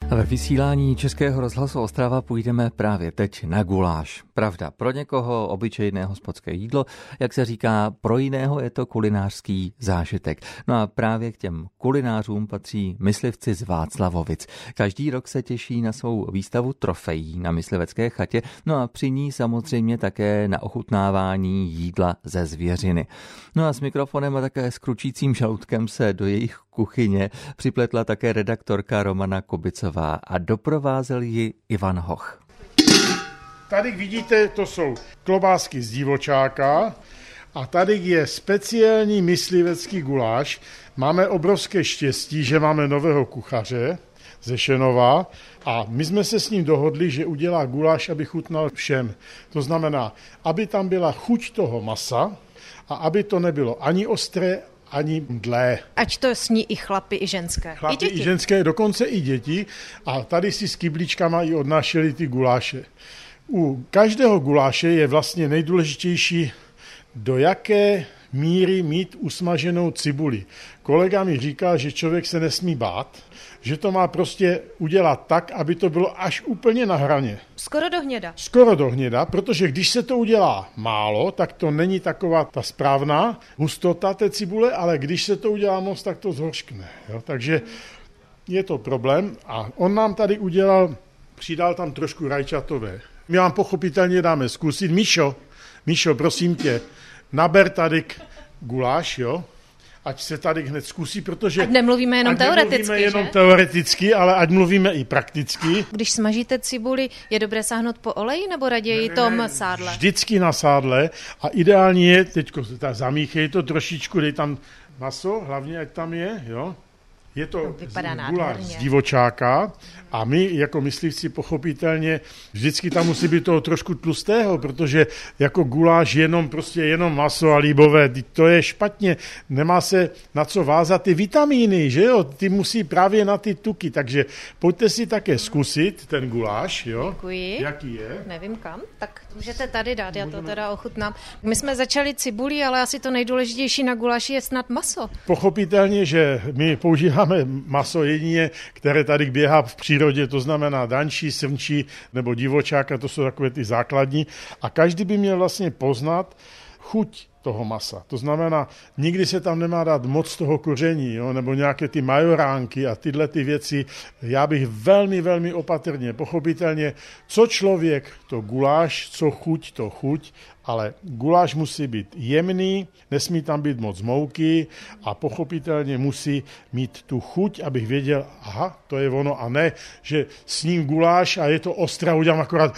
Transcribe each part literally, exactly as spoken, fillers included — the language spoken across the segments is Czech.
Ve vysílání Českého rozhlasu Ostrava půjdeme právě teď na guláš. Pravda, pro někoho obyčejné hospodské jídlo, jak se říká, pro jiného je to kulinářský zážitek. No a právě k těm kulinářům patří myslivci z Václavovic. Každý rok se těší na svou výstavu trofejí na myslivecké chatě, no a při ní samozřejmě také na ochutnávání jídla ze zvěřiny. No a s mikrofonem a také s kručícím žaludkem se do jejich kuchyně připletla také redaktorka Romana Kubicová a doprovázel ji Ivan Hoch. Tady vidíte, to jsou klobásky z divočáka a tady je speciální myslivecký guláš. Máme obrovské štěstí, že máme nového kuchaře ze Šenova a my jsme se s ním dohodli, že udělá guláš, aby chutnal všem. To znamená, aby tam byla chuť toho masa a aby to nebylo ani ostré, ani mdlé. Ať to sní i chlapi, i ženské. Chlapi, I děti. i ženské, dokonce i děti. A tady si s kyblíčkama i odnášeli ty guláše. U každého guláše je vlastně nejdůležitější, do jaké míry mít usmaženou cibuli. Kolega mi říká, že člověk se nesmí bát, že to má prostě udělat tak, aby to bylo až úplně na hraně. Skoro do hněda. Skoro do hněda, protože když se to udělá málo, tak to není taková ta správná hustota té cibule, ale když se to udělá moc, tak to zhořkne. Jo? Takže je to problém a on nám tady udělal, přidal tam trošku rajčatové. My vám pochopitelně dáme zkusit. Míšo, Míšo, prosím tě, naber tady guláš, jo? Ať se tady hned zkusí, protože... Ať nemluvíme jenom ať teoreticky, nemluvíme jenom že? teoreticky, ale ať mluvíme i prakticky. Když smažíte cibuli, je dobré sáhnout po oleji nebo raději ne, tom sádle? Vždycky na sádle a ideální je, teďko zamíchej to trošičku, dej tam maso, hlavně ať tam je, jo? Je to guláš z divočáka a my jako myslivci pochopitelně vždycky tam musí být toho trošku tlustého, protože jako guláš jenom prostě jenom maso a líbové, to je špatně, nemá se na co vázat ty vitamíny, že jo, ty musí právě na ty tuky, takže pojďte si také zkusit ten guláš, jo. Děkuji. Jaký je? Nevím kam, tak můžete tady dát, já to teda ochutnám. My jsme začali cibulí, ale asi to nejdůležitější na guláši je snad maso. Pochopitelně, že my používáme Máme maso jedině, které tady běhá v přírodě, to znamená dančí, srnčí nebo divočáka, to jsou takové ty základní. A každý by měl vlastně poznat chuť toho masa. To znamená, nikdy se tam nemá dát moc toho koření, jo, nebo nějaké ty majoránky a tyhle ty věci. Já bych velmi, velmi opatrně, pochopitelně, co člověk, to guláš, co chuť, to chuť, ale guláš musí být jemný, nesmí tam být moc mouky a pochopitelně musí mít tu chuť, abych věděl, aha, to je ono a ne, že sním guláš a je to ostré a udělám akorát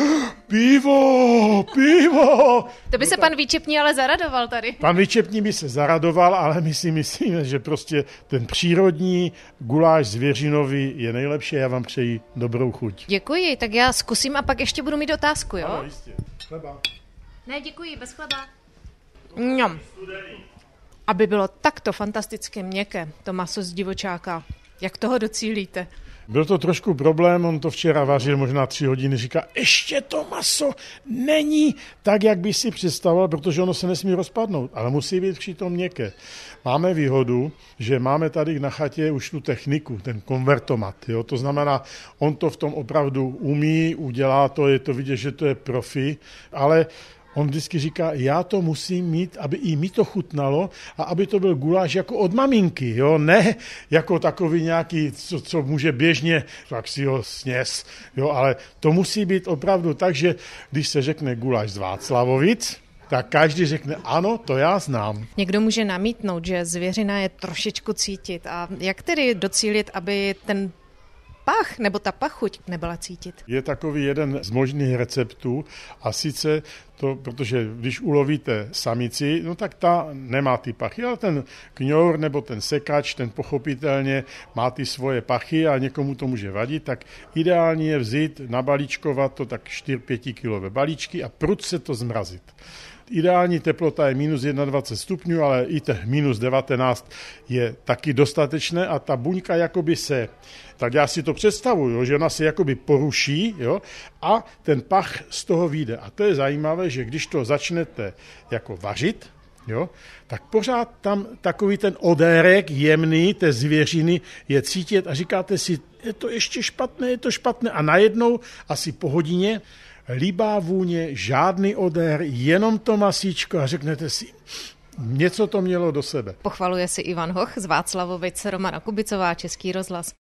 pivo, pivo. To by no se tak... pan Výčepní ale zaradoval tady. Pan Výčepní by se zaradoval, ale my si myslíme, že prostě ten přírodní guláš zvěřinový je nejlepší a já vám přeji dobrou chuť. Děkuji, tak já zkusím a pak ještě budu mít otázku, jo? Ano, jistě. Chleba. Ne, děkuji, bez chleba. Mňam. Aby bylo takto fantasticky měkké, to maso z divočáka, jak toho docílíte? Byl to trošku problém, on to včera vařil možná tři hodiny, říká, ještě to maso není tak, jak by si představoval, protože ono se nesmí rozpadnout, ale musí být přitom měkké. Máme výhodu, že máme tady na chatě už tu techniku, ten konvertomat, jo? To znamená, on to v tom opravdu umí, udělá to, je to vidět, že to je profi, ale on vždycky říká, já to musím mít, aby i mi to chutnalo a aby to byl guláš jako od maminky, jo, ne jako takový nějaký, co, co může běžně, tak si ho sněs, jo, ale to musí být opravdu tak, že když se řekne guláš z Václavovic, tak každý řekne, ano, to já znám. Někdo může namítnout, že zvěřina je trošičku cítit a jak tedy docílit, aby ten pach nebo ta pachuť nebyla cítit? Je takový jeden z možných receptů a sice to, protože když ulovíte samici, no tak ta nemá ty pachy, ale ten kňour nebo ten sekač, ten pochopitelně má ty svoje pachy a někomu to může vadit, tak ideální je vzít, nabalíčkovat to tak čtyři pět kilové balíčky a prudce to zmrazit. Ideální teplota je minus dvacet jedna stupňů, ale i těch minus devatenáct je taky dostatečné a ta buňka jakoby se, tak já si to představuju, že ona se jakoby poruší, jo, a ten pach z toho vyjde. A to je zajímavé, že když to začnete jako vařit, jo, tak pořád tam takový ten odérek jemný té zvěřiny je cítit a říkáte si, je to ještě špatné, je to špatné a najednou asi po hodině líbá vůně, žádný odér, jenom to masíčko a řeknete si, něco to mělo do sebe. Pochvaluje si Ivan Hoch z Václavovic, Romana Kubicová, Český rozhlas.